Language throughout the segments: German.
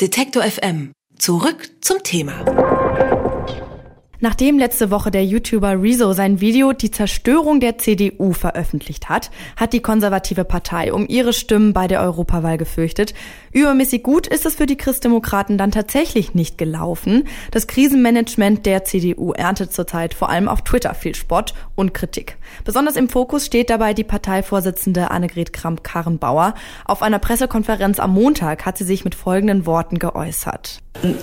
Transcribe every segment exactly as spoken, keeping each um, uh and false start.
Detektor F M. Zurück zum Thema. Nachdem letzte Woche der YouTuber Rezo sein Video Die Zerstörung der C D U veröffentlicht hat, hat die konservative Partei um ihre Stimmen bei der Europawahl gefürchtet. Übermäßig gut ist es für die Christdemokraten dann tatsächlich nicht gelaufen. Das Krisenmanagement der C D U erntet zurzeit vor allem auf Twitter viel Spott und Kritik. Besonders im Fokus steht dabei die Parteivorsitzende Annegret Kramp-Karrenbauer. Auf einer Pressekonferenz am Montag hat sie sich mit folgenden Worten geäußert.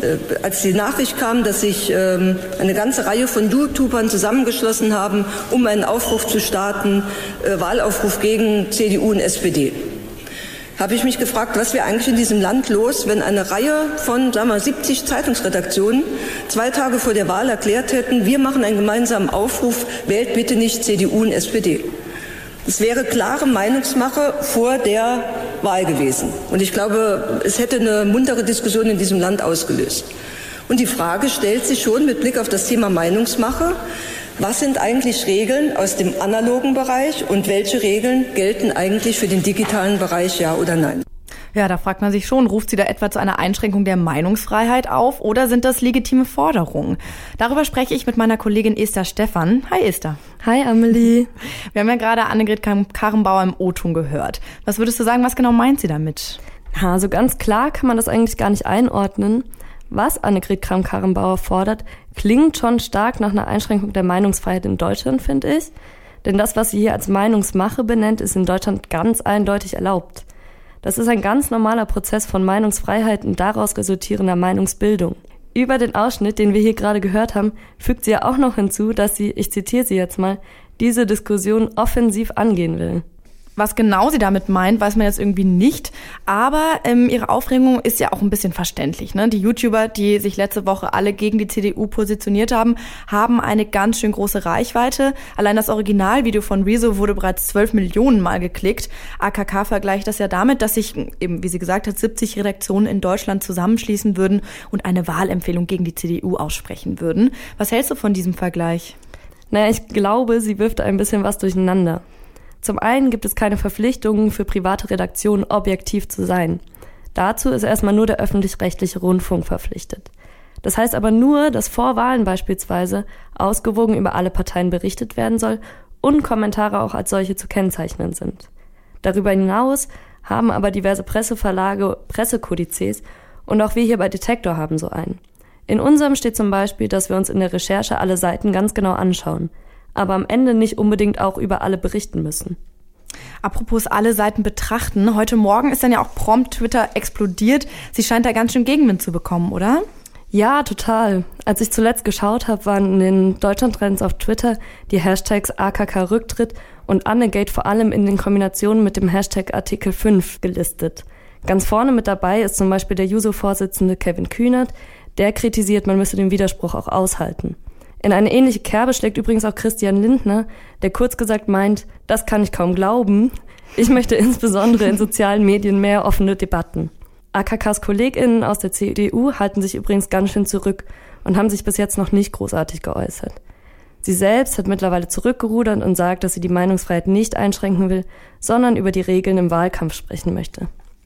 Als die Nachricht kam, dass sich ähm, eine ganze Reihe von YouTubern zusammengeschlossen haben, um einen Aufruf zu starten, äh, Wahlaufruf gegen C D U und S P D, habe ich mich gefragt, was wäre eigentlich in diesem Land los, wenn eine Reihe von, sagen wir, siebzig Zeitungsredaktionen zwei Tage vor der Wahl erklärt hätten, wir machen einen gemeinsamen Aufruf, wählt bitte nicht C D U und S P D. Es wäre klare Meinungsmache vor der Wahl gewesen. Und ich glaube, es hätte eine muntere Diskussion in diesem Land ausgelöst. Und die Frage stellt sich schon mit Blick auf das Thema Meinungsmache, was sind eigentlich Regeln aus dem analogen Bereich und welche Regeln gelten eigentlich für den digitalen Bereich, ja oder nein? Ja, da fragt man sich schon, ruft sie da etwa zu einer Einschränkung der Meinungsfreiheit auf oder sind das legitime Forderungen? Darüber spreche ich mit meiner Kollegin Esther Stephan. Hi Esther. Hi Amelie. Wir haben ja gerade Annegret Kramp-Karrenbauer im O-Ton gehört. Was würdest du sagen, was genau meint sie damit? Ja, so ganz klar kann man das eigentlich gar nicht einordnen. Was Annegret Kramp-Karrenbauer fordert, klingt schon stark nach einer Einschränkung der Meinungsfreiheit in Deutschland, finde ich. Denn das, was sie hier als Meinungsmache benennt, ist in Deutschland ganz eindeutig erlaubt. Das ist ein ganz normaler Prozess von Meinungsfreiheit und daraus resultierender Meinungsbildung. Über den Ausschnitt, den wir hier gerade gehört haben, fügt sie ja auch noch hinzu, dass sie, ich zitiere sie jetzt mal, diese Diskussion offensiv angehen will. Was genau sie damit meint, weiß man jetzt irgendwie nicht. Aber ähm, ihre Aufregung ist ja auch ein bisschen verständlich, ne? Die YouTuber, die sich letzte Woche alle gegen die C D U positioniert haben, haben eine ganz schön große Reichweite. Allein das Originalvideo von Rezo wurde bereits zwölf Millionen Mal geklickt. A K K vergleicht das ja damit, dass sich, eben wie sie gesagt hat, siebzig Redaktionen in Deutschland zusammenschließen würden und eine Wahlempfehlung gegen die C D U aussprechen würden. Was hältst du von diesem Vergleich? Naja, ich glaube, sie wirft ein bisschen was durcheinander. Zum einen gibt es keine Verpflichtungen für private Redaktionen, objektiv zu sein. Dazu ist erstmal nur der öffentlich-rechtliche Rundfunk verpflichtet. Das heißt aber nur, dass vor Wahlen beispielsweise ausgewogen über alle Parteien berichtet werden soll und Kommentare auch als solche zu kennzeichnen sind. Darüber hinaus haben aber diverse Presseverlage Pressekodizes und auch wir hier bei Detektor haben so einen. In unserem steht zum Beispiel, dass wir uns in der Recherche alle Seiten ganz genau anschauen, aber am Ende nicht unbedingt auch über alle berichten müssen. Apropos alle Seiten betrachten, heute Morgen ist dann ja auch prompt Twitter explodiert. Sie scheint da ganz schön Gegenwind zu bekommen, oder? Ja, total. Als ich zuletzt geschaut habe, waren in den Deutschland-Trends auf Twitter die Hashtags A K K-Rücktritt und Annegate vor allem in den Kombinationen mit dem Hashtag Artikel fünf gelistet. Ganz vorne mit dabei ist zum Beispiel der Juso-Vorsitzende Kevin Kühnert, der kritisiert, man müsse den Widerspruch auch aushalten. In eine ähnliche Kerbe schlägt übrigens auch Christian Lindner, der kurz gesagt meint, das kann ich kaum glauben. Ich möchte insbesondere in sozialen Medien mehr offene Debatten. A K Ks KollegInnen aus der C D U halten sich übrigens ganz schön zurück und haben sich bis jetzt noch nicht großartig geäußert. Sie selbst hat mittlerweile zurückgerudert und sagt, dass sie die Meinungsfreiheit nicht einschränken will, sondern über die Regeln im Wahlkampf sprechen möchte.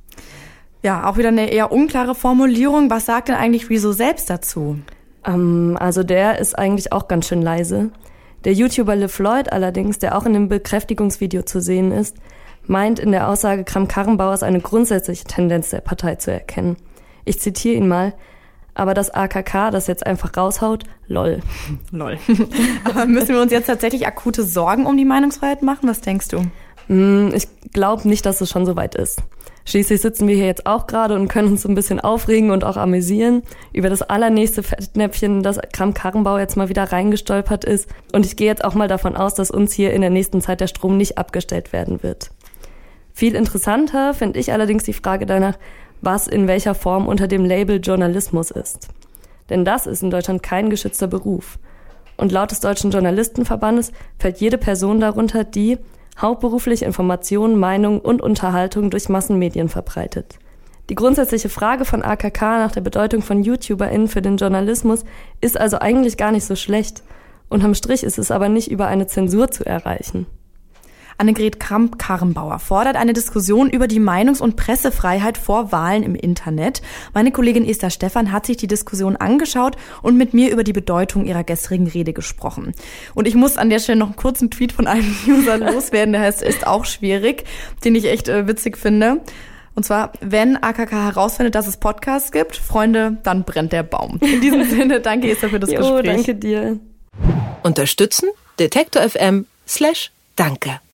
Ja, auch wieder eine eher unklare Formulierung. Was sagt denn eigentlich Rezo selbst dazu? Um, also der ist eigentlich auch ganz schön leise. Der YouTuber LeFloid allerdings, der auch in dem Bekräftigungsvideo zu sehen ist, meint in der Aussage Kramp-Karrenbauers eine grundsätzliche Tendenz der Partei zu erkennen. Ich zitiere ihn mal, aber das A K K, das jetzt einfach raushaut, lol. Lol. Aber müssen wir uns jetzt tatsächlich akute Sorgen um die Meinungsfreiheit machen? Was denkst du? Ich glaube nicht, dass es schon so weit ist. Schließlich sitzen wir hier jetzt auch gerade und können uns ein bisschen aufregen und auch amüsieren über das allernächste Fettnäpfchen, das Kramp-Karrenbauer jetzt mal wieder reingestolpert ist. Und ich gehe jetzt auch mal davon aus, dass uns hier in der nächsten Zeit der Strom nicht abgestellt werden wird. Viel interessanter finde ich allerdings die Frage danach, was in welcher Form unter dem Label Journalismus ist. Denn das ist in Deutschland kein geschützter Beruf. Und laut des Deutschen Journalistenverbandes fällt jede Person darunter, die hauptberuflich Informationen, Meinungen und Unterhaltung durch Massenmedien verbreitet. Die grundsätzliche Frage von A K K nach der Bedeutung von YouTuberInnen für den Journalismus ist also eigentlich gar nicht so schlecht. Unterm Strich ist es aber nicht über eine Zensur zu erreichen. Annegret Kramp-Karrenbauer fordert eine Diskussion über die Meinungs- und Pressefreiheit vor Wahlen im Internet. Meine Kollegin Esther Stephan hat sich die Diskussion angeschaut und mit mir über die Bedeutung ihrer gestrigen Rede gesprochen. Und ich muss an der Stelle noch einen kurzen Tweet von einem User loswerden, der heißt, ist auch schwierig, den ich echt äh, witzig finde. Und zwar, wenn A K K herausfindet, dass es Podcasts gibt, Freunde, dann brennt der Baum. In diesem Sinne, danke Esther für das jo, Gespräch. Danke dir. Unterstützen Detektor F M slash Danke.